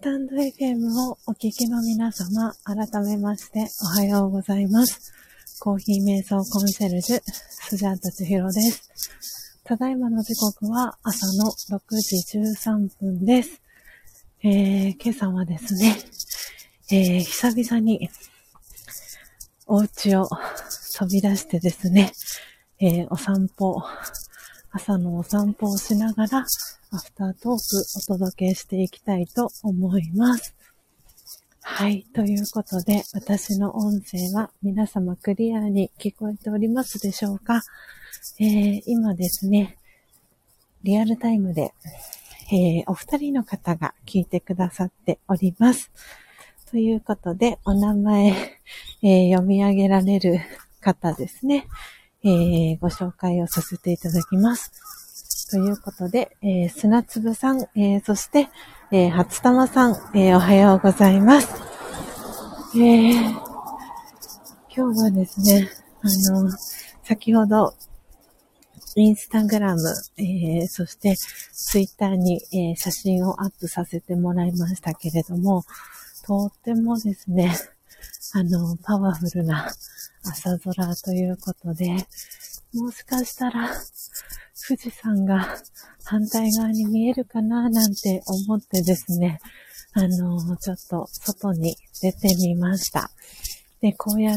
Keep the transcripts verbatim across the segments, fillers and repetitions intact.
タンド エフエム をお聞きの皆様、改めましておはようございます。コーヒー瞑想コンシェルジュ、スジャータ千尋です。ただいまの時刻は朝のろくじじゅうさんぷんです。えー、今朝はですね、えー、久々にお家を飛び出してですね、えー、お散歩、朝のお散歩をしながらアフタートークお届けしていきたいと思います。はい、ということで私の音声は皆様クリアに聞こえておりますでしょうか。えー、今ですね、リアルタイムで、えー、お二人の方が聞いてくださっております。ということでお名前、えー、読み上げられる方ですね。えー、ご紹介をさせていただきます。ということで、えー、砂粒さん、えー、そして、えー、初玉さん、えー、おはようございます。えー、今日はですね、あの、先ほど、インスタグラム、えー、そしてツイッターに、えー、写真をアップさせてもらいましたけれども、とってもですね、あの、パワフルな朝空ということで、もしかしたら富士山が反対側に見えるかななんて思ってですね、あの、ちょっと外に出てみました。で、こうやって、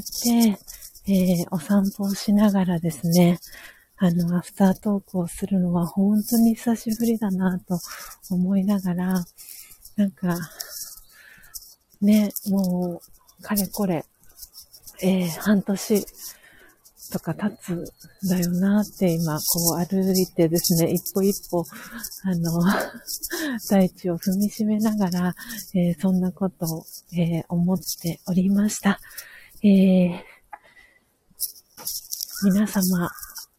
えー、お散歩をしながらですね、あの、アフタートークをするのは本当に久しぶりだなと思いながら、なんか、ね、もう、かれこれ、えー、半年とか経つんだよなって今、こう歩いてですね、一歩一歩、あの、大地を踏みしめながら、えー、そんなことを、えー、思っておりました。えー、皆様、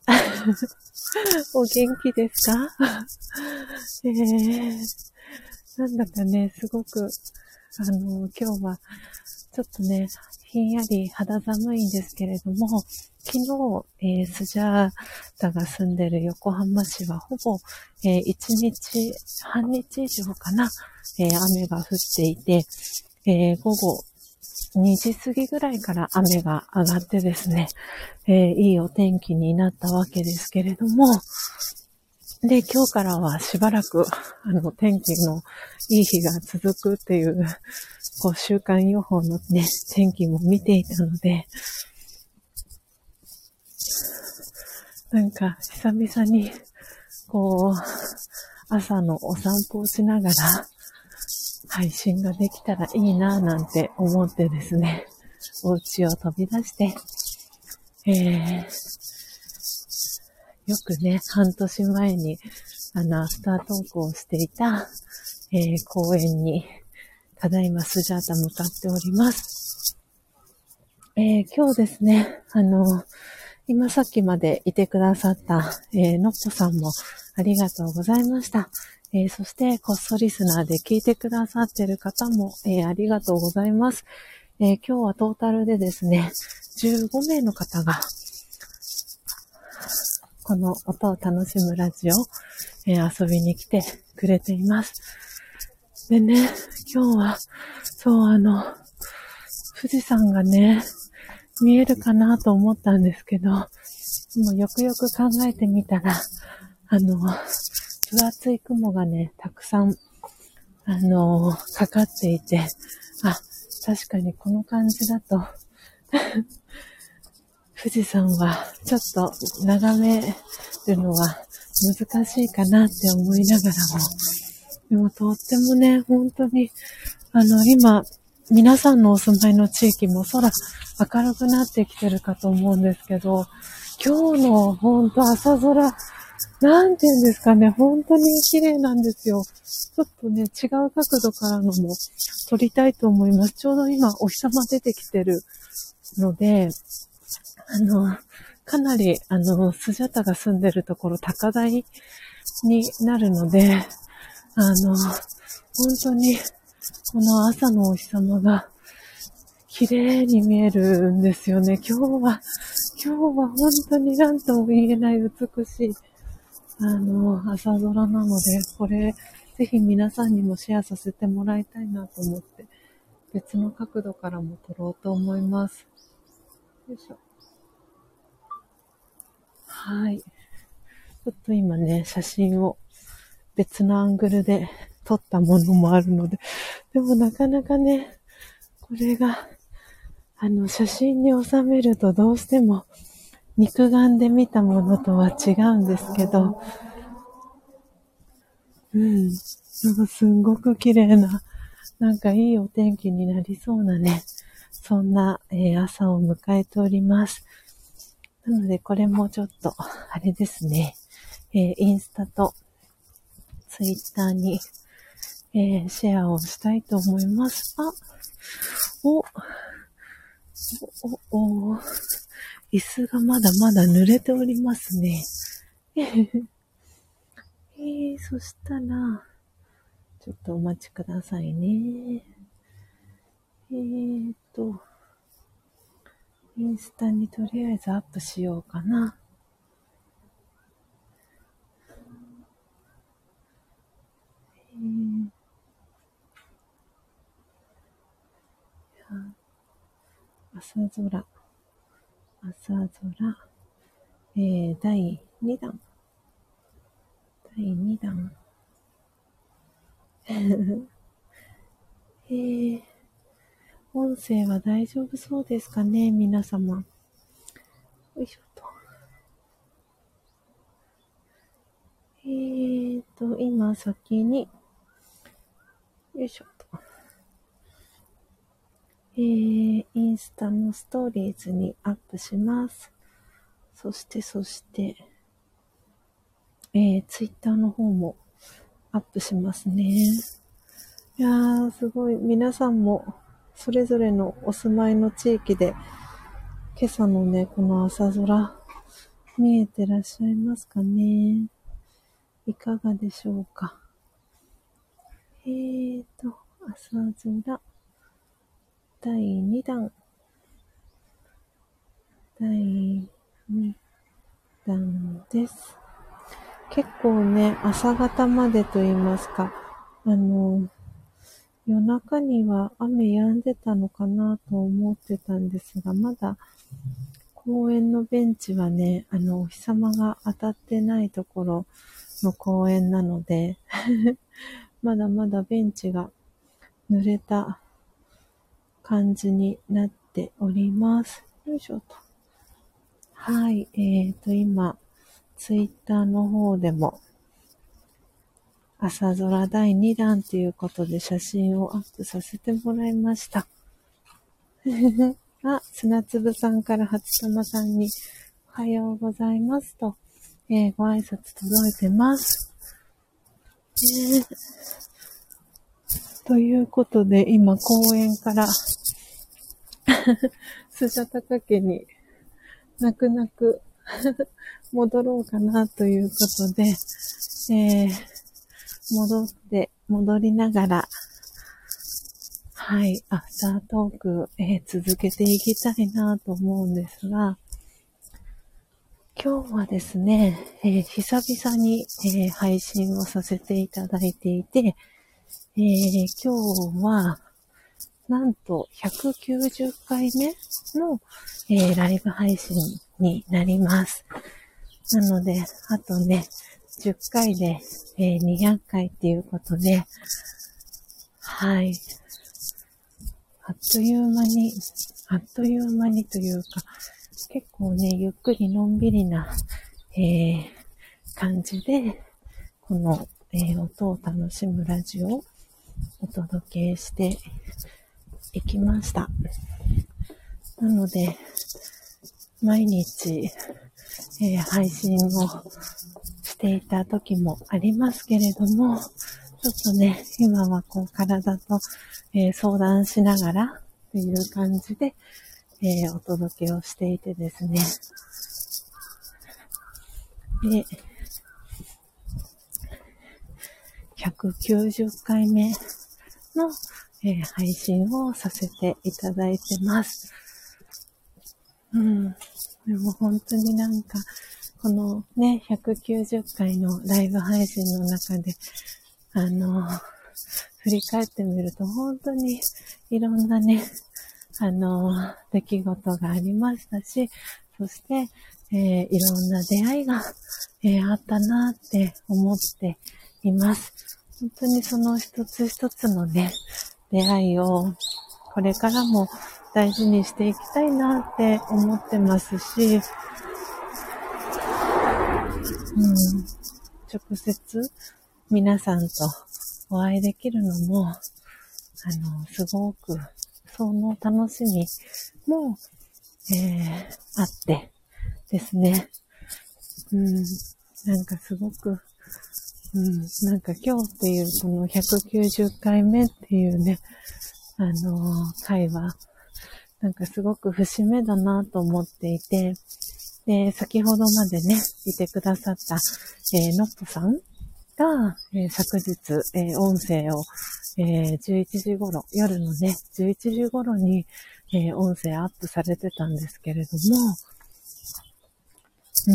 お元気ですか？えー、なんだかね、すごく、あの、今日は、ちょっとね、ひんやり肌寒いんですけれども、昨日、えー、スジャータが住んでる横浜市はほぼ、えー、いちにち、半日以上かな、えー、雨が降っていて、えー、午後にじ過ぎぐらいから雨が上がってですね、えー、いいお天気になったわけですけれども、で、今日からはしばらく、あの、天気のいい日が続くっていう、こう、週間予報のね、天気も見ていたので、なんか、久々に、こう、朝のお散歩をしながら、配信ができたらいいなぁなんて思ってですね、お家を飛び出して、えー、よくね、半年前に、あの、アフタートークをしていた、えー、公園に、ただいまスジャータ向かっております。えー、今日ですね、あの、今さっきまでいてくださった、えー、のっぽさんもありがとうございました。えー、そして、こっそリスナーで聞いてくださっている方も、えー、ありがとうございます。えー、今日はトータルでですね、じゅうごめいの方が、この音を楽しむラジオ、えー、遊びに来てくれています。でね、今日は、そうあの、富士山がね、見えるかなと思ったんですけど、もうよくよく考えてみたら、あの、分厚い雲がね、たくさん、あの、かかっていて、あ、確かにこの感じだと、富士山はちょっと眺めるのは難しいかなって思いながらも、でもとってもね、本当に、あの、今、皆さんのお住まいの地域も空明るくなってきてるかと思うんですけど、今日の本当朝空、なんて言うんですかね、本当に綺麗なんですよ。ちょっとね、違う角度からのも撮りたいと思います。ちょうど今お日様出てきてるので、あの、かなり、あの、スジャタが住んでるところ高台になるので、あの、本当に、この朝のお日様が綺麗に見えるんですよね。今日は、今日は本当に何とも言えない美しい、あの、朝空なので、これ、 ぜひ皆さんにもシェアさせてもらいたいなと思って、別の角度からも撮ろうと思います。よいしょ。はい。ちょっと今ね、写真を別のアングルで撮ったものもあるので、でもなかなかね、これが、あの、写真に収めるとどうしても肉眼で見たものとは違うんですけど、うん。なんかすんごく綺麗な、なんかいいお天気になりそうなね、そんな、えー朝を迎えております。なのでこれもちょっと、あれですね、えーインスタとツイッターに、えーシェアをしたいと思います。あ、お、お、お、お、椅子がまだまだ濡れておりますね。えー、そしたら、ちょっとお待ちくださいね。えーと、インスタにとりあえずアップしようかな。えー、朝空、朝空、えー、だいにだん、だいにだん。えー、音声は大丈夫そうですかね、皆様。よいしょと。えーと、今先に、よいしょと。えー、インスタのストーリーズにアップします。そして、そして、えー、ツイッターの方もアップしますね。いやー、すごい。皆さんも、それぞれのお住まいの地域で、今朝のね、この朝空、見えてらっしゃいますかね。いかがでしょうか。えーと、朝空、だいにだん、だいにだんです。結構ね、朝方までと言いますか、あの、夜中には雨止んでたのかなと思ってたんですが、まだ公園のベンチはね、あの、お日様が当たってないところの公園なので、まだまだベンチが濡れた感じになっております。よいしょと。はい、えーと、今、ツイッターの方でも、朝空だいにだんということで写真をアップさせてもらいました。あ、砂粒さんから初玉さんにおはようございますと、えー、ご挨拶届いてます。えー、ということで今公園からスジャタカ家に泣く泣く戻ろうかなということで、えー、戻って、戻りながら、はい、アフタートーク、えー、続けていきたいなと思うんですが、今日はですね、えー、久々に、えー、配信をさせていただいていて、えー、今日は、なんとひゃくきゅうじゅっかいめの、えー、ライブ配信になります。なので、あとね、じゅっかいで、えー、にひゃっかいっていうことで、はい。あっという間に、あっという間にというか、結構ね、ゆっくりのんびりな、えー、感じで、この、えー、音を楽しむラジオをお届けしていきました。なので、毎日、えー、配信をしていた時もありますけれども、ちょっとね、今はこう体と、えー、相談しながらっていう感じで、えー、お届けをしていてですね。で、ひゃくきゅうじゅっかいめの、えー、配信をさせていただいてます。うん。でも本当になんか、このね、ひゃくきゅうじゅっかいのライブ配信の中で、 あの、振り返ってみると本当にいろんなね、あの、出来事がありましたし、そして、えー、いろんな出会いが、えー、あったなって思っています。本当にその一つ一つのね、出会いをこれからも大事にしていきたいなって思ってますし、うん、直接皆さんとお会いできるのも、あの、すごく、その楽しみも、えー、あってですね。うん、なんかすごく、うん、なんか今日っていうこのひゃくきゅうじゅっかいめっていうね、あのー、回は、なんかすごく節目だなと思っていて、で、先ほどまでね、いてくださった、えー、のっぽさんが、えー、昨日、えー、音声を、えー、じゅういちじ頃、夜のね、じゅういちじ頃に、えー、音声アップされてたんですけれども、うん、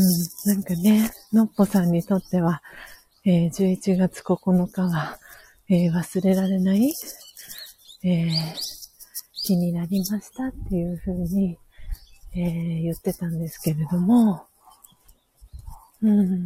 なんかね、のっぽさんにとっては、えー、じゅういちがつここのかは、えー、忘れられない、えー、日になりましたっていう風に、えー、言ってたんですけれども、うん、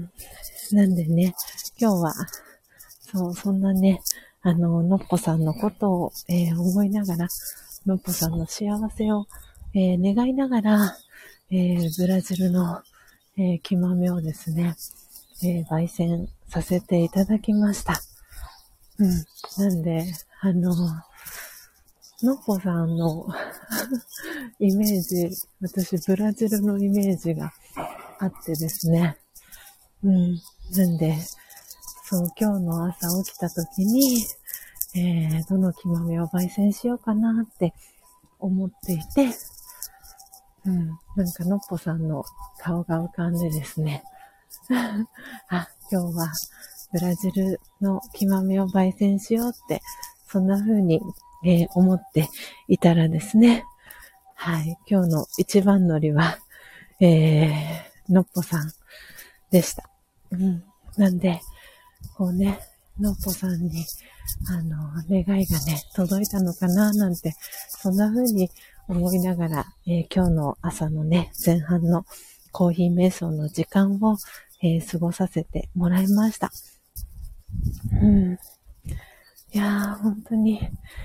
なんでね、今日は、そう、そんなね、あの、のっぽさんのことを、えー、思いながら、のっぽさんの幸せを、えー、願いながら、えー、ブラジルの、えー、木豆をですね、えー、焙煎させていただきました。うん。なんで、あの、のっぽさんのイメージ、私、ブラジルのイメージがあってですね。うん。なんで、そう、今日の朝起きた時に、えー、どの木豆を焙煎しようかなって思っていて、うん。なんか、のっぽさんの顔が浮かんでですね。あ、今日はブラジルの木豆を焙煎しようって、そんな風に、えー、思っていたらですね。はい。今日の一番乗りは、えー、のっぽさんでした。うん。なんで、こうね、のっぽさんに、あの、願いがね、届いたのかななんて、そんな風に思いながら、えー、今日の朝のね、前半のコーヒー瞑想の時間を、えー、過ごさせてもらいました。うん。いやー、本当に、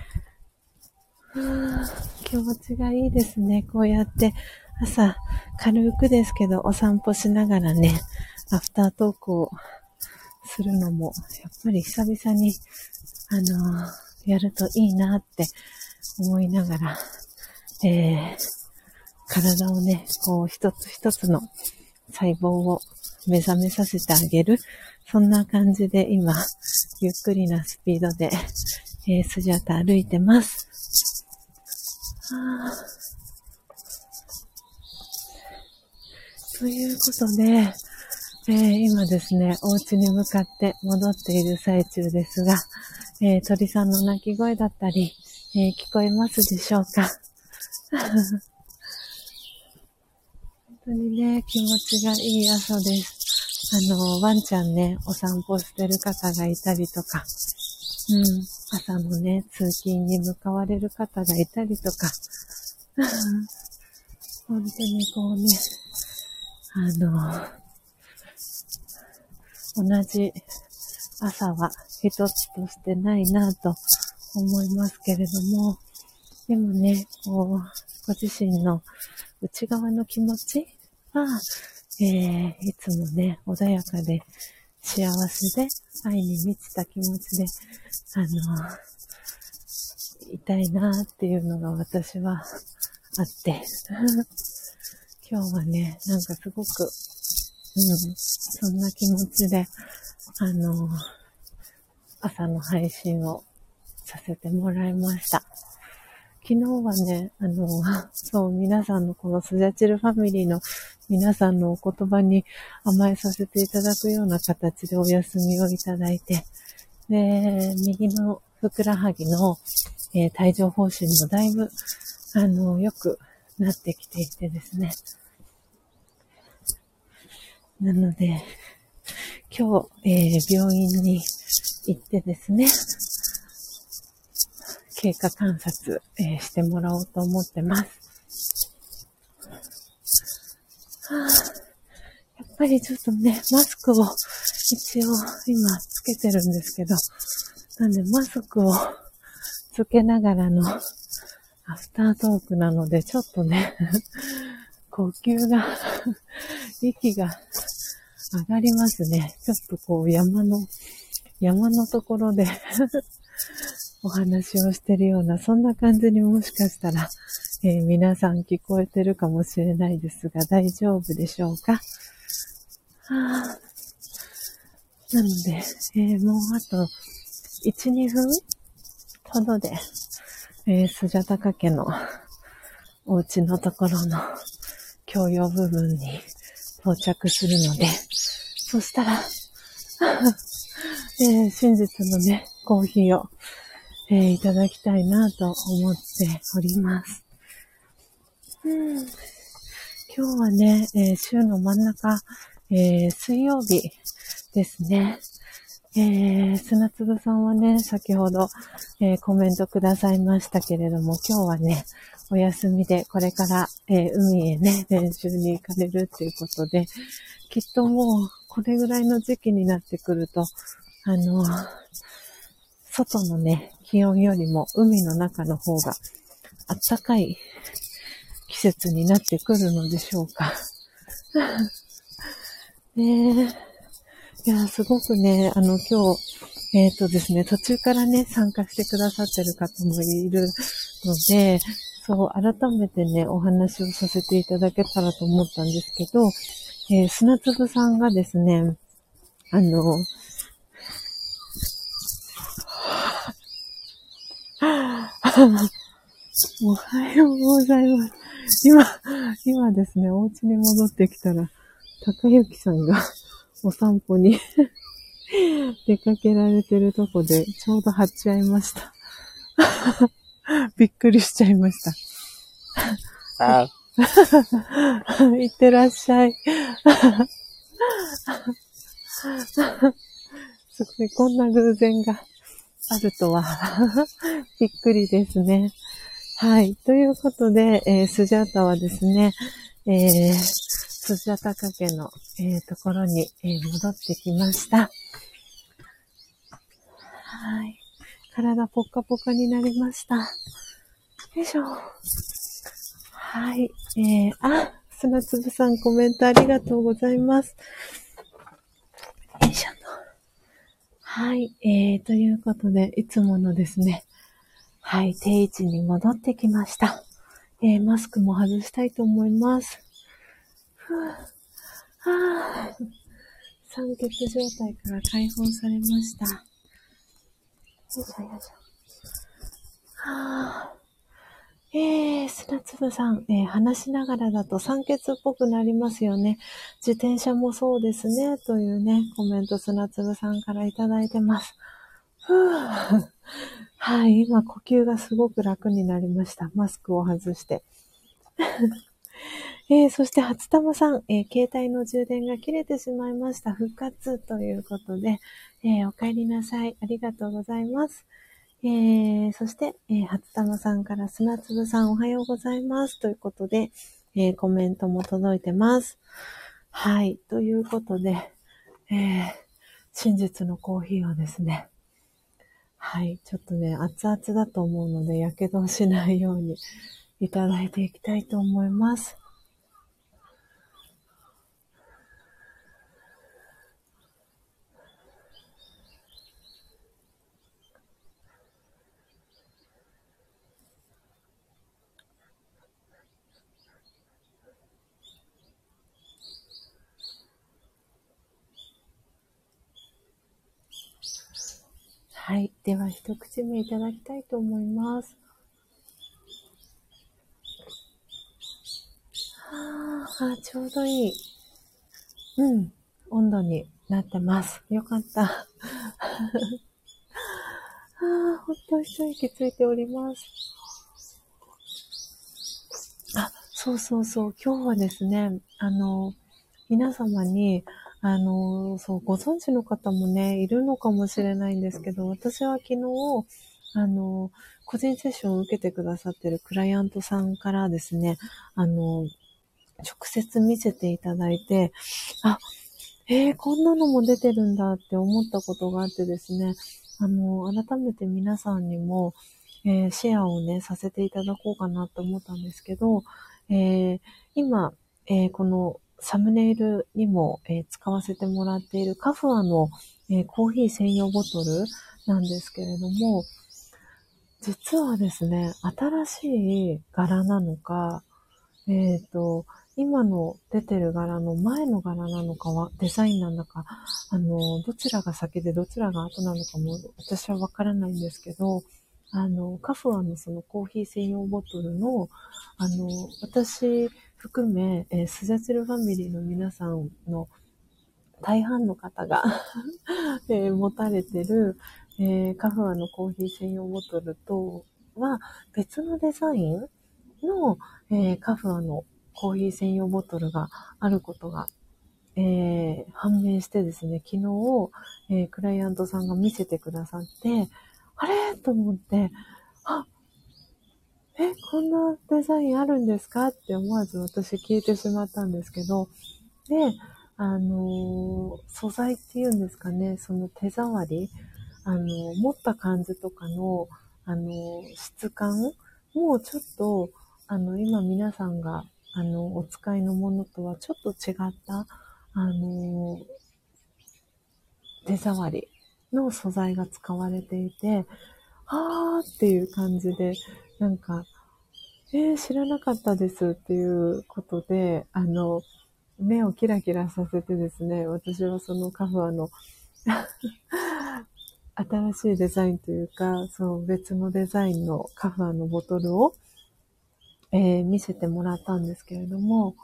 気持ちがいいですね。こうやって朝、軽くですけどお散歩しながらね、アフタートークをするのも、やっぱり久々に、あのー、やるといいなって思いながら、えー、体をね、こう一つ一つの細胞を目覚めさせてあげる。そんな感じで今、ゆっくりなスピードで、えー、スジャータ歩いてます。はぁということで、えー、今ですね、お家に向かって戻っている最中ですが、えー、鳥さんの鳴き声だったり、えー、聞こえますでしょうか。本当にね、気持ちがいい朝です。あの、ワンちゃんね、お散歩してる方がいたりとか、うん、朝のね、通勤に向かわれる方がいたりとか、本当にこうね、あの、同じ朝は一つとしてないなと思いますけれども、でもね、こう、ご自身の内側の気持ちは、えー、いつもね、穏やかで幸せで愛に満ちた気持ちで、あの、いたいなっていうのが私はあって、今日はね、なんかすごく、うん、そんな気持ちで、あの、朝の配信をさせてもらいました。昨日はね、あの、そう、皆さんのこのスジャチルファミリーの皆さんのお言葉に甘えさせていただくような形でお休みをいただいて、で、右のふくらはぎの、えー、帯状疱疹もだいぶ、あの、良くなってきていてですね。なので、今日、えー、病院に行ってですね、経過観察、えー、してもらおうと思ってます。はあ、やっぱりちょっとね、マスクを一応今つけてるんですけど、なんでマスクをつけながらのアフタートークなので、ちょっとね、呼吸が、息が上がりますね。ちょっとこう山の、山のところでお話をしてるような、そんな感じにもしかしたら、えー、皆さん聞こえてるかもしれないですが、大丈夫でしょうか？はあ、なので、えー、もうあといち、にふんほどで、えー、スジャタカ家のお家のところの共用部分に到着するので、そしたら、えー、真実のね、コーヒーを、えー、いただきたいなと思っております。うん、今日はね、えー、週の真ん中、えー、水曜日ですね。えー、砂粒さんはね、先ほど、えー、コメントくださいましたけれども、今日はね、お休みで、これから、えー、海へね、練習に行かれるっていうことで、きっともう、これぐらいの時期になってくると、あの、外のね、気温よりも海の中の方が暖かい季節になってくるのでしょうか。ねえ。いや、すごくね、あの、今日、えっとですね、途中からね、参加してくださってる方もいるので、そう、改めてね、お話をさせていただけたらと思ったんですけど、えー、砂粒さんがですね、あの、おはようございます。今、今ですね、お家に戻ってきたら、高幸さんがお散歩に出かけられてるとこで、ちょうど貼っちゃいました。びっくりしちゃいました。あいってらっしゃい。すごい、こんな偶然があるとは。びっくりですね。はい。ということで、えー、スジャータはですね、えー、スジャタカ家の、えー、ところに、えー、戻ってきました。はい。体ポッカポカになりました。よいしょ。はい。えー、あ、砂粒さんコメントありがとうございます。よいしょと。はい。えー、ということで、いつものですね。はい。定位置に戻ってきました。えー、マスクも外したいと思います。ふぅ。はぁ。酸欠状態から解放されました。よいしょよいしょ。はぁ。えー、砂粒さん、えー、話しながらだと酸欠っぽくなりますよね。自転車もそうですね。というね、コメント砂粒さんからいただいてます。ふぅ。はい、今呼吸がすごく楽になりました。マスクを外して。えー、そして初玉さん、えー、携帯の充電が切れてしまいました。復活ということで、えー、お帰りなさい。ありがとうございます。えー、そして、えー、初玉さんから砂粒さんおはようございますということで、えー、コメントも届いてます。はい。ということで、えー、真実のコーヒーをですね、はい。ちょっとね、熱々だと思うので、やけどしないようにいただいていきたいと思います。はい。では、一口目いただきたいと思います。はあ、ちょうどいい。うん。温度になってます。よかった。はあ、ほんと一息ついております。あ、そうそうそう。今日はですね、あの、皆様に、 あの、そう、ご存知の方もね、いるのかもしれないんですけど、私は昨日、あの、個人セッションを受けてくださってるクライアントさんからですね、あの、直接見せていただいて、あ、えー、こんなのも出てるんだって思ったことがあってですね、あの、改めて皆さんにも、えーシェアをね、させていただこうかなと思ったんですけど、えー今、えーこのサムネイルにも、えー使わせてもらっているカフアの、えーコーヒー専用ボトルなんですけれども、実はですね、新しい柄なのか、えっと、今の出てる柄の前の柄なのかは、デザインなんだか、あの、どちらが先でどちらが後なのかも私はわからないんですけど、あの、カフアのそのコーヒー専用ボトルの、あの、私含め、えースジャチルファミリーの皆さんの大半の方がえー持たれてる、えーカフアのコーヒー専用ボトルとは別のデザインの、えーカフアのコーヒー専用ボトルがあることが、えー判明してですね、昨日、えークライアントさんが見せてくださって、あれと思って、あ、え、こんなデザインあるんですかって思わず私聞いてしまったんですけど、で、あのー素材っていうんですかね、その手触り、あのー持った感じとかの、あのー質感もちょっと、あの、今皆さんが、あの、お使いのものとはちょっと違った、あのー手触りの素材が使われていて、あーっていう感じで、なんか、えー、知らなかったですっていうことで、あの、目をキラキラさせてですね、私はそのカフアの新しいデザインというか、そう別のデザインのカフアのボトルを、えー見せてもらったんですけれども、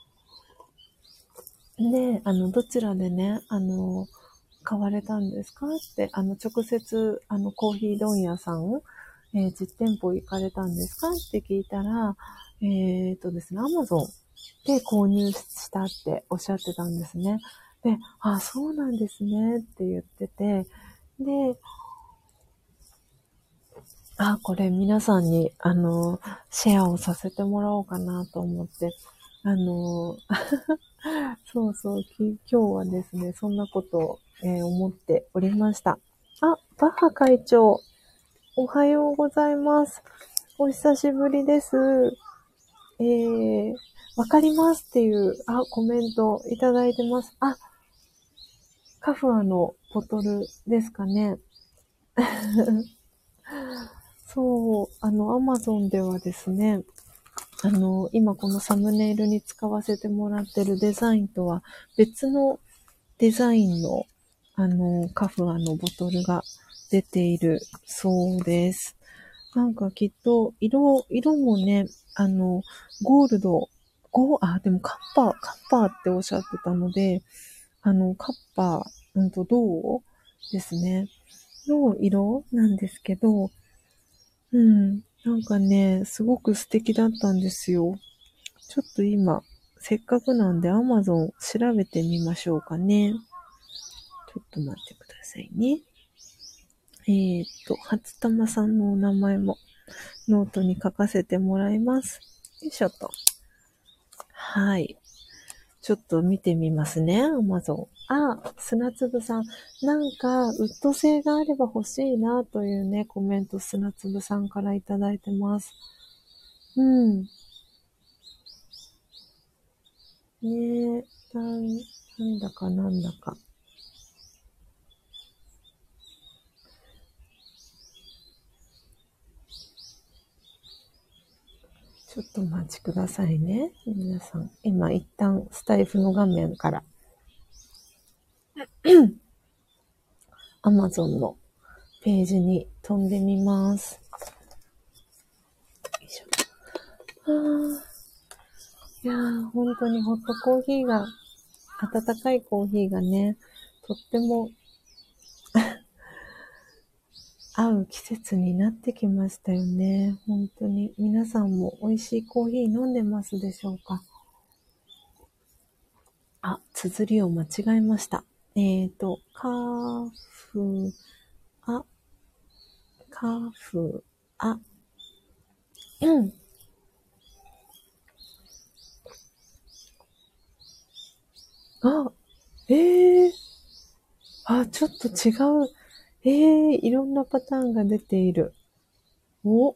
で、あの、どちらでね、あの、買われたんですかって、あの、直接、あの、コーヒー問屋さん、えー実店舗行かれたんですかって聞いたら、えっとですね、アマゾンで購入したっておっしゃってたんですね。で、あ、そうなんですねって言ってて、で、あ、これ皆さんに、あの、シェアをさせてもらおうかなと思って、あの、そうそう、き今日はですね、そんなことを、えー思っておりました。あ、バッハ会長、おはようございます。お久しぶりです。えー、わかりますっていう、あ、コメントいただいてます。あ、カフアのボトルですかね。そう、あの、アマゾンではですね、あの、今このサムネイルに使わせてもらってるデザインとは別のデザインの、あの、カフアのボトルが出ているそうです。なんかきっと、色、色もね、あの、ゴールド、ゴー、あ、でもカッパー、カッパーっておっしゃってたので、あの、カッパー、うんと、銅ですね。の色なんですけど、うん。なんかね、すごく素敵だったんですよ。ちょっと今、せっかくなんで Amazon 調べてみましょうかね。ちょっと待ってくださいね。えーっと、初玉さんのお名前もノートに書かせてもらいます。よいしょと。はい。ちょっと見てみますね、Amazon。あ、砂粒さん。なんか、ウッド製があれば欲しいなというね、コメント砂粒さんからいただいてます。うん。ねえ、なん、なんだかなんだか。ちょっとお待ちくださいね。皆さん。今一旦スタイフの画面から Amazon のページに飛んでみます。よいしょ。あーいやー、本当にホットコーヒーが、温かいコーヒーがね、とっても合う季節になってきましたよね。本当に。皆さんも美味しいコーヒー飲んでますでしょうか？ あ、綴りを間違えました。えっと、カフ、あ、カフ、あ、うん。あ、ええー、あ、ちょっと違う。ええー、いろんなパターンが出ている。お、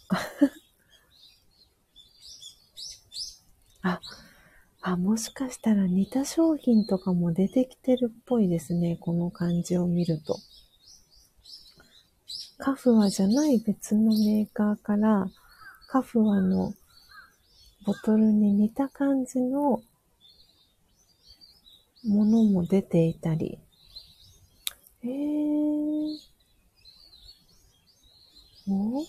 あ、あ、もしかしたら似た商品とかも出てきてるっぽいですね。この漢字を見ると。カフワじゃない別のメーカーから、カフワのボトルに似た感じのものも出ていたり。えー、お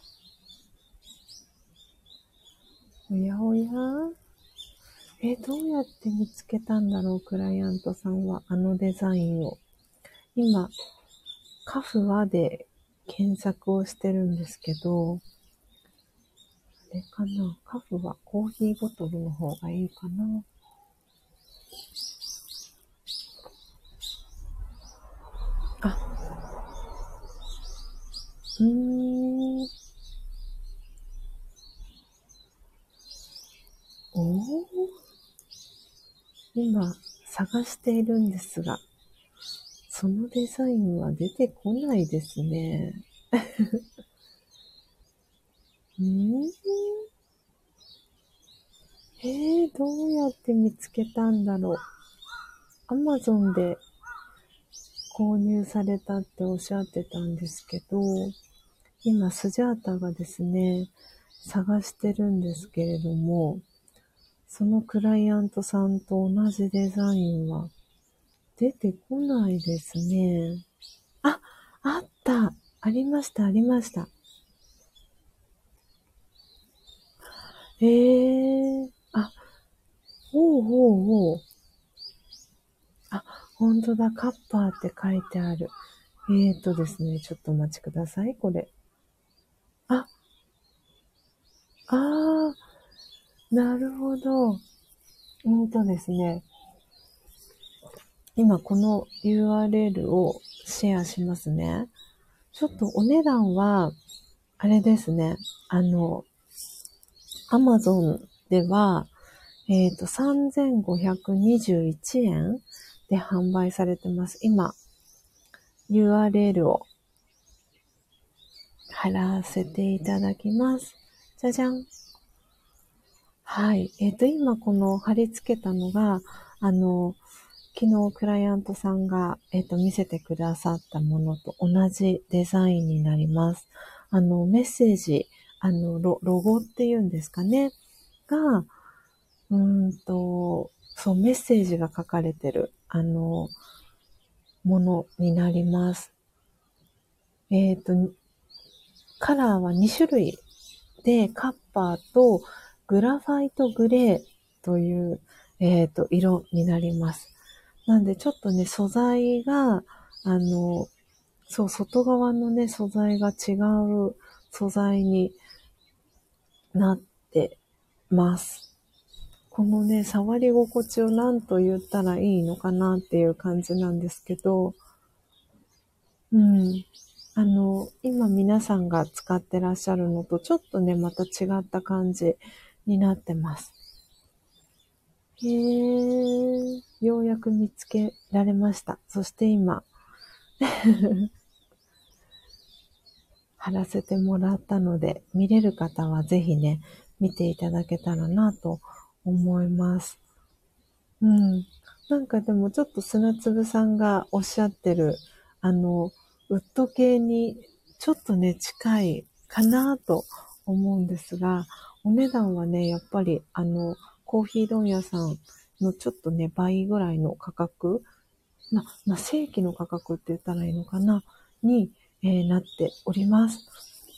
おやおやえ、どうやって見つけたんだろう、クライアントさんは、あのデザインを。今、カフワで検索をしてるんですけど、あれかな、カフワ、コーヒーボトルの方がいいかな。あ、うーん、おー、今、探しているんですが、そのデザインは出てこないですね。うーん、えー、どうやって見つけたんだろう。アマゾンで購入されたっておっしゃってたんですけど、今スジャータがですね、探してるんですけれども、そのクライアントさんと同じデザインは出てこないですね。あ、あった。ありました、ありました。えー、あ、ほうほうほう。あ、ほんとだ、カッパーって書いてある。えーとですね、ちょっとお待ちください、これ。あ、あー、なるほど。うんとですね、今この ユーアールエル をシェアしますね。ちょっとお値段は、あれですね、あの、Amazon では、えっと、さんぜんごひゃくにじゅういちえんで販売されてます。今、ユーアールエル を貼らせていただきます。じゃじゃん。はい。えっと、今この貼り付けたのが、あの、昨日クライアントさんが、えっと、見せてくださったものと同じデザインになります。あの、メッセージ、あの、ロ、ロゴっていうんですかね。が、うーんと、そう、メッセージが書かれてる、あの、ものになります。えっと、カラーはに種類で、カッパーとグラファイトグレーという、えっと、色になります。なんで、ちょっとね、素材が、あの、そう、外側のね、素材が違う素材になってます。このね、触り心地を何と言ったらいいのかなっていう感じなんですけど、うん。あの、今皆さんが使ってらっしゃるのとちょっとね、また違った感じになってます。へー、ようやく見つけられました。そして今、貼らせてもらったので、見れる方はぜひね、見ていただけたらなと思います。うん。なんかでもちょっと砂粒さんがおっしゃってる、あの、ウッド系にちょっとね、近いかなと思うんですが、お値段はね、やっぱりあの、コーヒー問屋さんのちょっとね、倍ぐらいの価格、ま、まあ、正規の価格って言ったらいいのかな、に、えーなっております。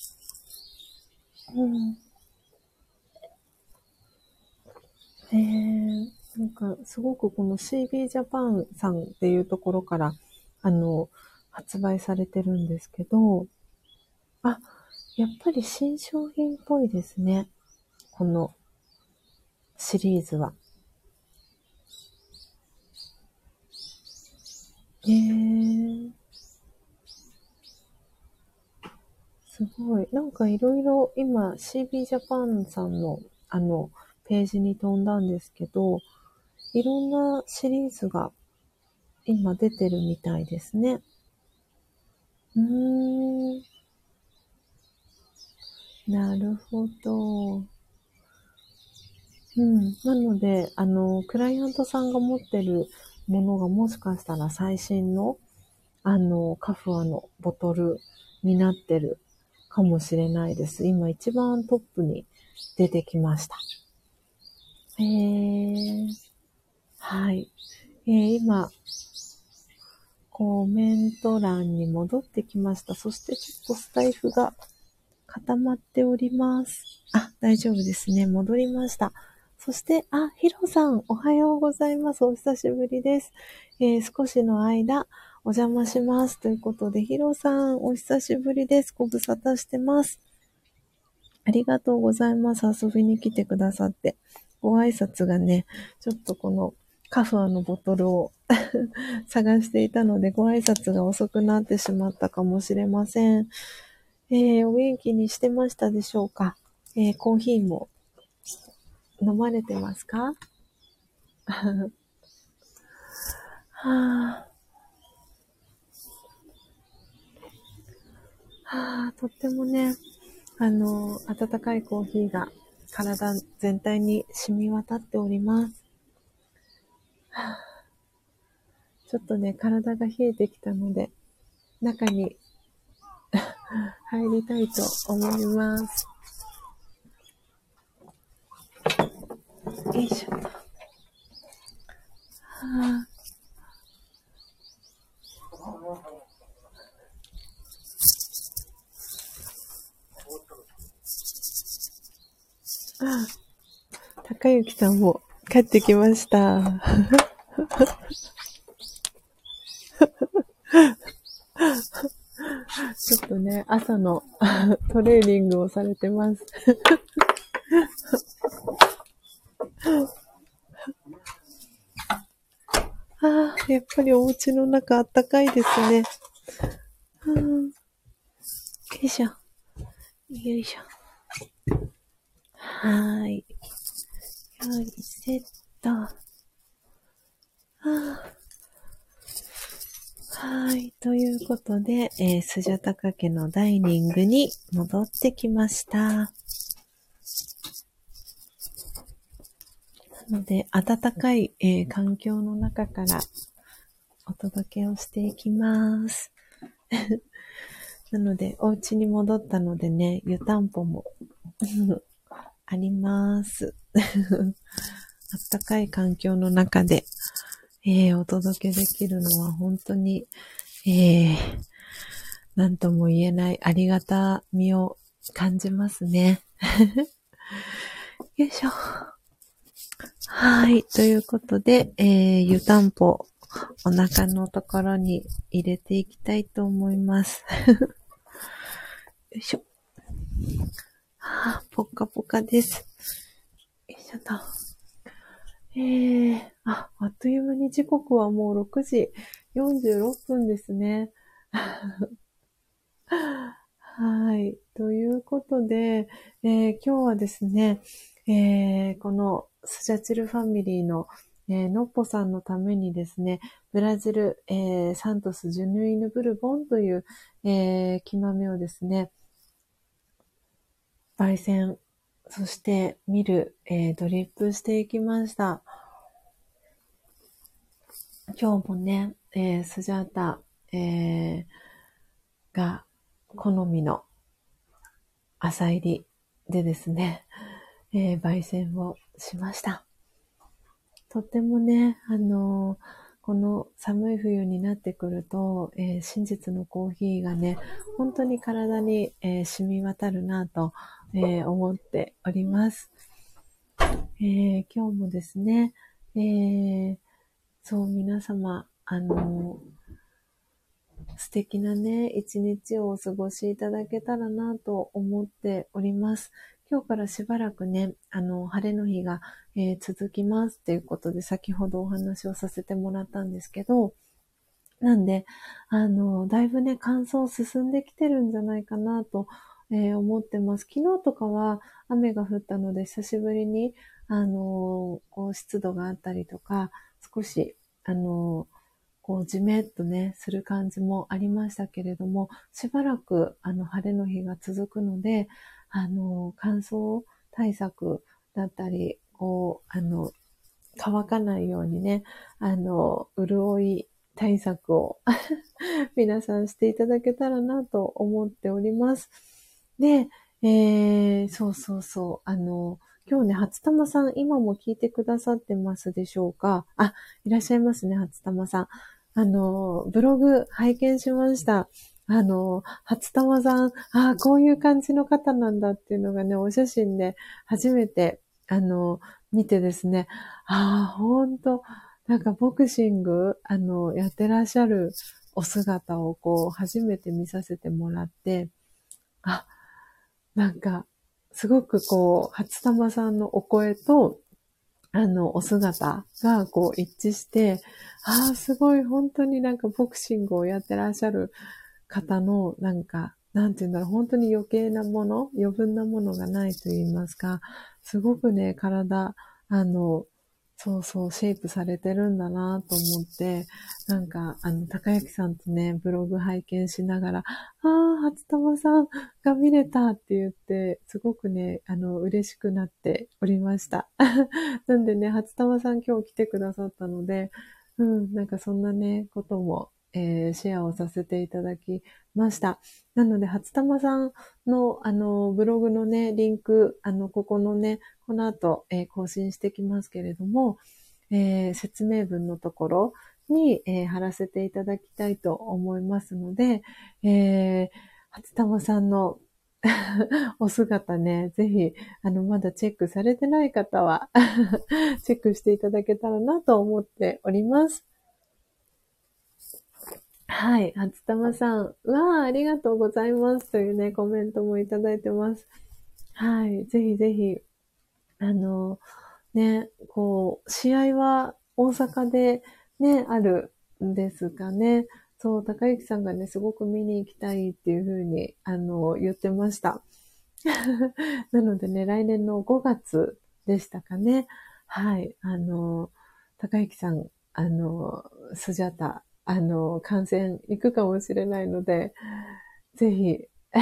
うん。えー、なんか、すごくこの シービー ジャパンさんっていうところから、あの、発売されてるんですけど、あ、やっぱり新商品っぽいですね。このシリーズは。 えー、すごい。なんかいろいろ今 シービー ジャパンさんのあのページに飛んだんですけど、いろんなシリーズが今出てるみたいですね。うーん、なるほど。うん。なので、あの、クライアントさんが持ってるものがもしかしたら最新の、あの、カフアのボトルになってるかもしれないです。今一番トップに出てきました。えー、はい。えー、今、コメント欄に戻ってきました。そしてちょっとスタイフが固まっております。あ、大丈夫ですね。戻りました。そして、あ、ヒロさん、おはようございます。お久しぶりです。えー、少しの間、お邪魔します。ということで、ヒロさん、お久しぶりです。ご無沙汰してます。ありがとうございます。遊びに来てくださって。ご挨拶がね、ちょっとこのカフアのボトルを探していたので、ご挨拶が遅くなってしまったかもしれません。えー、お元気にしてましたでしょうか？えー、コーヒーも飲まれてますか？はあ、はあ、とってもね、あの、温かいコーヒーが体全体に染み渡っております。はあ、ちょっとね、体が冷えてきたので、中に入りたいと思います。よいしょ。はあ、あ、高幸さんも帰ってきました。ちょっとね、朝のトレーニングをされてます。ああ、やっぱりお家の中あったかいですね。うん、よいしょ。よいしょ。はーい。よいせっと。はあ、はい。ということで、えー、スジャタカ家のダイニングに戻ってきました。なので、暖かい、えー、環境の中からお届けをしていきます。なので、お家に戻ったのでね、湯たんぽもあります。暖かい環境の中で、えー、お届けできるのは本当に、えー、なんとも言えないありがたみを感じますね。よいしょ。はい。ということで、えー、湯たんぽ、お腹のところに入れていきたいと思います。よいしょ。はあ、ぽかぽかです。よいしょと。えー、あ、あっという間に時刻はもうろくじよんじゅうろっぷんですね。はい。ということで、えー今日はですね、えーこのスジャチルファミリーの、えーのっぽさんのためにですね、ブラジル、えーサントスジュヌイヌブルボンという、えー木豆をですね、焙煎、そしてミル、えードリップしていきました。今日もね、えースジャータ、えーが好みの朝入りでですね、えー焙煎をしました。とってもね、あのーこの寒い冬になってくると、えー真実のコーヒーがね、本当に体に、えー染み渡るなと、えー思っております。えー今日もですね、えーそう皆様、あのー素敵なね、一日をお過ごしいただけたらなと思っております。今日からしばらくね、あの、晴れの日が、えー続きますということで、先ほどお話をさせてもらったんですけど、 なんで、あの、だいぶね、乾燥進んできてるんじゃないかなと、えー思ってます。昨日とかは雨が降ったので、久しぶりに、あの、こう湿度があったりとか、少し、あの、こう、じめっとね、する感じもありましたけれども、しばらく、あの、晴れの日が続くので、あの、乾燥対策だったり、こう、あの、乾かないようにね、あの、潤い対策を皆さんしていただけたらなと思っております。で、えー、そうそうそう、あの、今日ね、初玉さん、今も聞いてくださってますでしょうか？あ、いらっしゃいますね、初玉さん。あの、ブログ拝見しました。あの、初玉さん、ああ、こういう感じの方なんだっていうのがね、お写真で初めて、あの、見てですね、ああ、ほんと、なんかボクシング、あの、やってらっしゃるお姿をこう、初めて見させてもらって、あ、なんか、すごくこう、初玉さんのお声と、あの、お姿がこう一致して、ああ、すごい、本当になんかボクシングをやってらっしゃる方の、なんか、なんていうんだろう、本当に余計なもの、余分なものがないと言いますか、すごくね、体、あの、そうそう、シェイプされてるんだなと思って、なんか、あの、高幸さんとね、ブログ拝見しながら、ああ、初玉さんが見れたって言って、すごくね、あの、嬉しくなっておりました。なんでね、初玉さん今日来てくださったので、うん、なんかそんなね、ことも、えーシェアをさせていただきました。なので、初玉さんの、あの、ブログのね、リンク、あの、ここのね、この後、えー更新してきますけれども、えー説明文のところに、えー貼らせていただきたいと思いますので、えー初玉さんのお姿ね、ぜひ、あの、まだチェックされてない方はチェックしていただけたらなと思っております。はい。初玉さん、うわあ、ありがとうございますというね、コメントもいただいてます。はい。ぜひぜひ、あの、ね、こう、試合は大阪でね、あるんですかね。そう、高幸さんがね、すごく見に行きたいっていうふうに、あの、言ってました。なのでね、来年のごがつでしたかね。はい。あの、高幸さん、あの、スジャタ、あの、観戦行くかもしれないので、ぜひ、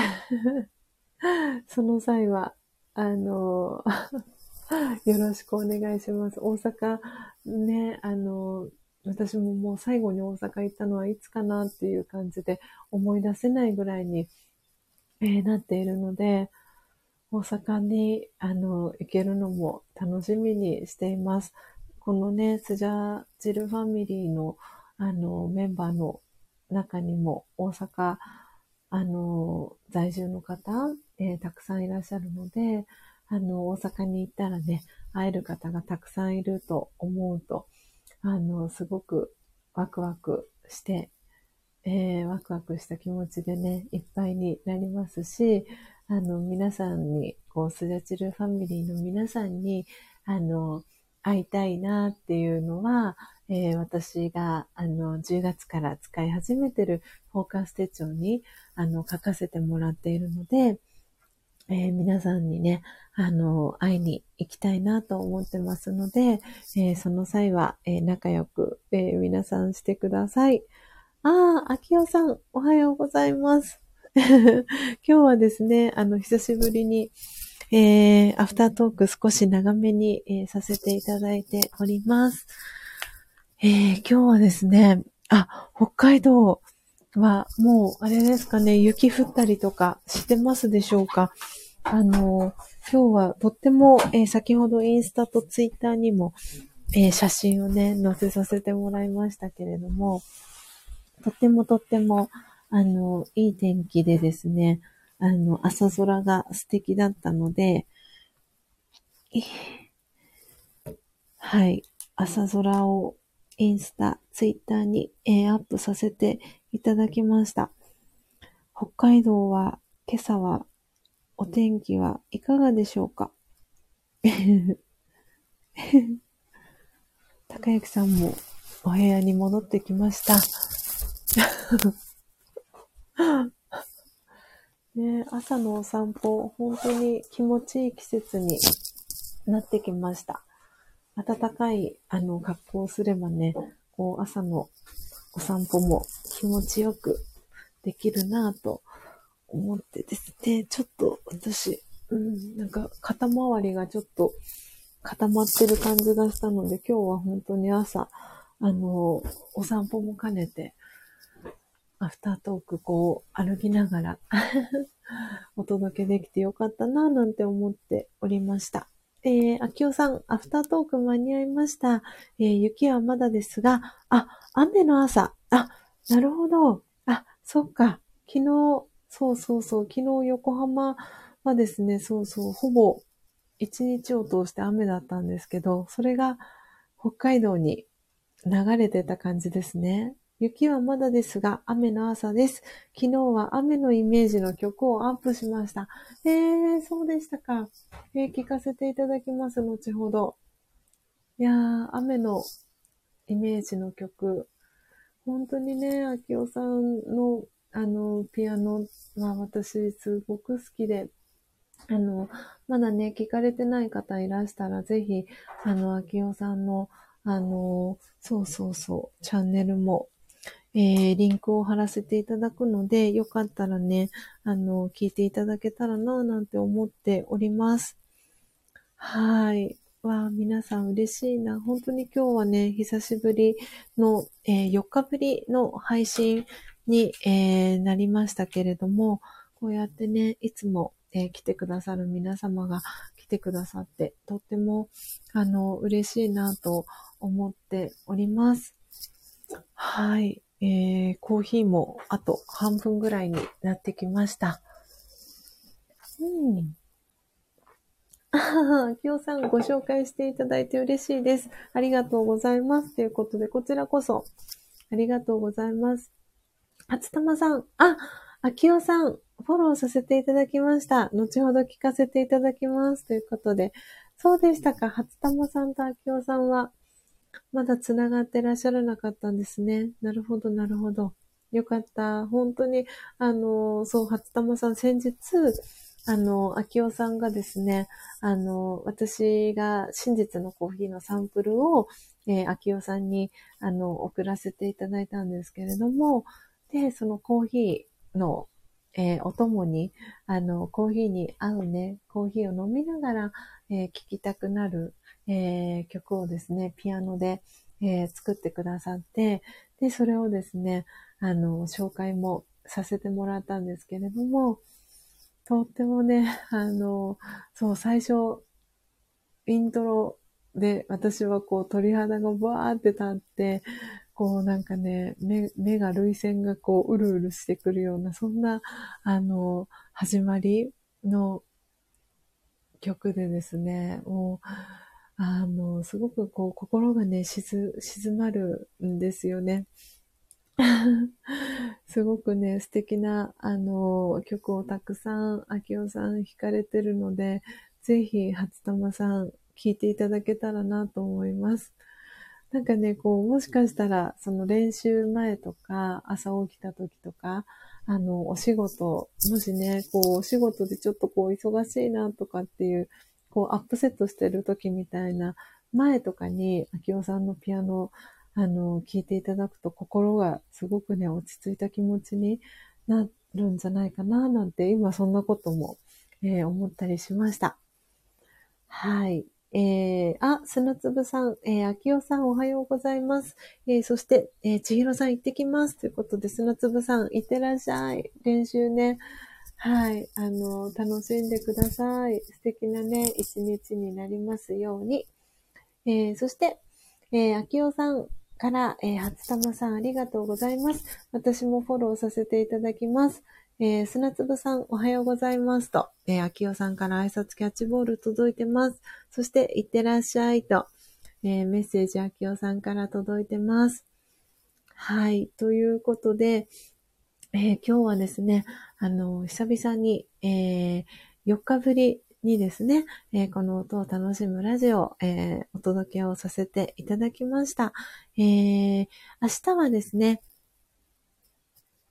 その際は、あの、よろしくお願いします。大阪、ね、あの、私ももう最後に大阪行ったのはいつかなっていう感じで思い出せないぐらいに、えーなっているので、大阪に、あの、行けるのも楽しみにしています。このね、スジャジルファミリーの、あの、メンバーの中にも大阪、あの、在住の方、えーたくさんいらっしゃるので、あの、大阪に行ったらね、会える方がたくさんいると思うと、あの、すごくワクワクして、えー、ワクワクした気持ちでね、いっぱいになりますし、あの、皆さんに、こう、スジャチルファミリーの皆さんに、あの、会いたいなっていうのは、えー私が、あの、じゅうがつから使い始めてるフォーカス手帳に、あの、書かせてもらっているので、えー皆さんにね、あの、会いに行きたいなと思ってますので、えーその際は、えー仲良く、えー皆さんしてください。ああ、秋代さん、おはようございます。今日はですね、あの、久しぶりに、えー、アフタートーク少し長めに、えーさせていただいております。えー、今日はですね、あ、北海道はもう、あれですかね、雪降ったりとかしてますでしょうか？あの、今日はとっても、えー先ほどインスタとツイッターにも、えー写真をね、載せさせてもらいましたけれども、とってもとっても、あの、いい天気でですね、あの、朝空が素敵だったので、はい、朝空をインスタ、ツイッターに、えーアップさせていただきました。北海道は今朝はお天気はいかがでしょうか？高幸さんもお部屋に戻ってきました。 ね、朝のお散歩、本当に気持ちいい季節になってきました。暖かい、あの、格好をすればね、こう、朝のお散歩も気持ちよくできるなぁと思ってですね、ちょっと私、うん、なんか肩周りがちょっと固まってる感じがしたので、今日は本当に朝、あの、お散歩も兼ねて、アフタートークこう歩きながらお届けできてよかったなぁなんて思っておりました。えー、あきおさん、アフタートーク間に合いました。えー、雪はまだですが、あ、雨の朝。あ、なるほど。あ、そっか。昨日、そうそうそう。昨日横浜はですね、そうそう、ほぼ一日を通して雨だったんですけど、それが北海道に流れてた感じですね。雪はまだですが、雨の朝です。昨日は雨のイメージの曲をアップしました。えー、そうでしたか。えー、聞かせていただきます、後ほど。いやー、雨のイメージの曲。本当にね、あきおさんの、あの、ピアノは私すごく好きで、あの、まだね、聞かれてない方いらしたら、ぜひ、あの、あきおさんの、あの、そうそうそう、チャンネルも、えー、リンクを貼らせていただくので、よかったらね、あの、聞いていただけたらな、なんて思っております。はい。わあ、皆さん嬉しいな。本当に今日はね、久しぶりの、えー、よっかぶりの配信に、えー、なりましたけれども、こうやってね、いつも、えー、来てくださる皆様が来てくださって、とっても、あの、嬉しいなと思っております。はい。えー、コーヒーもあと半分ぐらいになってきました。うん。あはは、きよさんご紹介していただいて嬉しいです。ありがとうございます。ということで、こちらこそ、ありがとうございます。初玉さん、あ、あきおさん、フォローさせていただきました。後ほど聞かせていただきます。ということで、そうでしたか。初玉さんとあきおさんは、まだつながってらっしゃらなかったんですね。なるほど、なるほど。よかった。本当に、あの、そう、初玉さん、先日、あの、秋尾さんがですね、あの、私が真実のコーヒーのサンプルを、えー、秋尾さんに、あの、送らせていただいたんですけれども、で、そのコーヒーの、えーお供に、あの、コーヒーに合うね、コーヒーを飲みながら、えー聞きたくなる、えー曲をですね、ピアノで、えー作ってくださって、で、それをですね、あの、紹介もさせてもらったんですけれども、とってもね、あの、そう、最初、イントロで私はこう鳥肌がバーって立って、こうなんかね、目、目が涙腺がこううるうるしてくるような、そんな、あの、始まりの曲でですね、もう、あの、すごくこう心がね、静、静まるんですよね。すごくね、素敵な、あの、曲をたくさん、あきおさん弾かれてるので、ぜひ、初玉さん、聴いていただけたらなと思います。なんかね、こう、もしかしたら、その練習前とか、朝起きた時とか、あの、お仕事、もしね、こう、お仕事でちょっとこう、忙しいなとかっていう、こう、アップセットしてる時みたいな、前とかに、あきおさんのピアノ、あの、聴いていただくと、心がすごくね、落ち着いた気持ちになるんじゃないかな、なんて、今そんなことも、えー思ったりしました。はい。えー、あ、砂粒さん、えー、秋代さんおはようございます。えー、そして、えー、千尋さん行ってきます。ということで、砂粒さん行ってらっしゃい。練習ね。はい。あの、楽しんでください。素敵なね、一日になりますように。えー、そして、えー、秋代さんから、えー、初玉さんありがとうございます。私もフォローさせていただきます。えー、砂粒さんおはようございますと、えー、秋代さんから挨拶キャッチボール届いてます。そして、いってらっしゃいと、えー、メッセージ秋代さんから届いてます。はい。ということで、えー今日はですね、あの、久々に、えーよっかぶりにですね、えーこの音を楽しむラジオ、えーお届けをさせていただきました。えー明日はですね、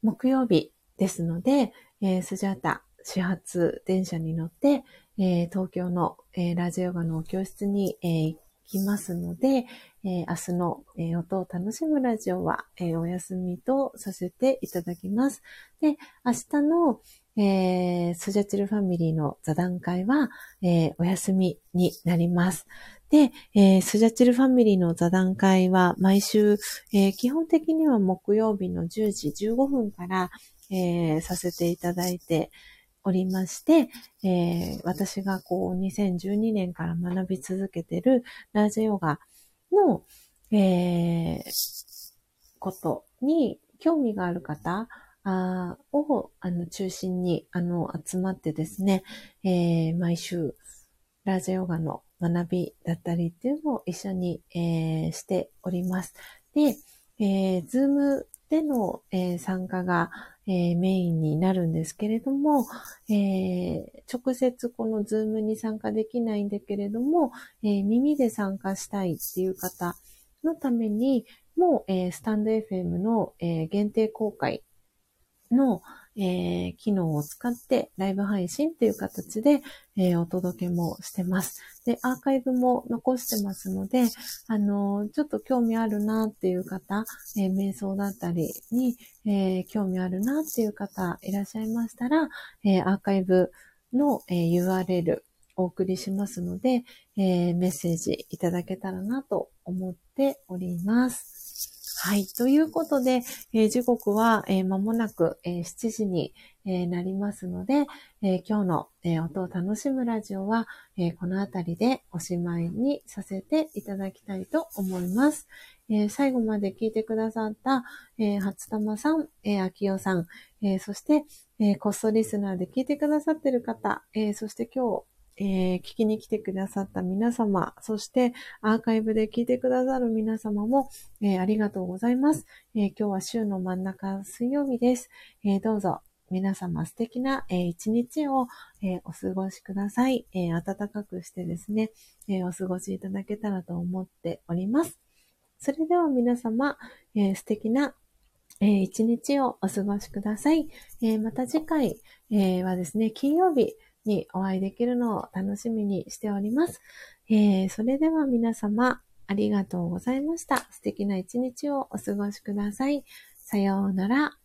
木曜日ですので、えー、スジャータ始発電車に乗って、えー、東京の、えー、ラジオガの教室に、えー、行きますので、えー、明日の、えー、音を楽しむラジオは、えー、お休みとさせていただきます。で、明日の、えー、スジャチルファミリーの座談会は、えー、お休みになります。で、えー、スジャチルファミリーの座談会は毎週、えー、基本的には木曜日のじゅうじじゅうごふんから、えー、させていただいておりまして、えー、私がこうにせんじゅうにねんから学び続けているラージヨガの、えー、ことに興味がある方あをあの中心にあの集まってですね、えー、毎週ラージヨガの学びだったりっていうのを一緒に、えー、しております。で、えー、ズームでの、えー、参加が、えー、メインになるんですけれども、えー、直接このズームに参加できないんだけれども、えー、耳で参加したいっていう方のためにも、えー、スタンド エフエム の、えー、限定公開の、えー、機能を使ってライブ配信っていう形で、えー、お届けもしてます。で、アーカイブも残してますので、あのー、ちょっと興味あるなっていう方、えー、瞑想だったりに、えー、興味あるなっていう方いらっしゃいましたら、えー、アーカイブの、えー、ユーアールエル お送りしますので、えー、メッセージいただけたらなと思っております。はい。ということで、えー、時刻は、えー、間もなく、えー、しちじに、えー、なりますので、えー、今日の、えー、音を楽しむラジオは、えー、このあたりでおしまいにさせていただきたいと思います。えー、最後まで聞いてくださった、えー、初玉さん、えー、秋代さん、えー、そして、えー、コストリスナーで聞いてくださっている方、えー、そして今日、えー、聞きに来てくださった皆様、そしてアーカイブで聞いてくださる皆様も、えー、ありがとうございます、えー。今日は週の真ん中水曜日です。えー、どうぞ皆様素敵な、えー、一日を、えー、お過ごしください、えー。暖かくしてですね、えー、お過ごしいただけたらと思っております。それでは皆様、えー、素敵なえー、一日をお過ごしください。えー、また次回、えー、はですね、金曜日にお会いできるのを楽しみにしております。えー、それでは皆様、ありがとうございました。素敵な一日をお過ごしください。さようなら。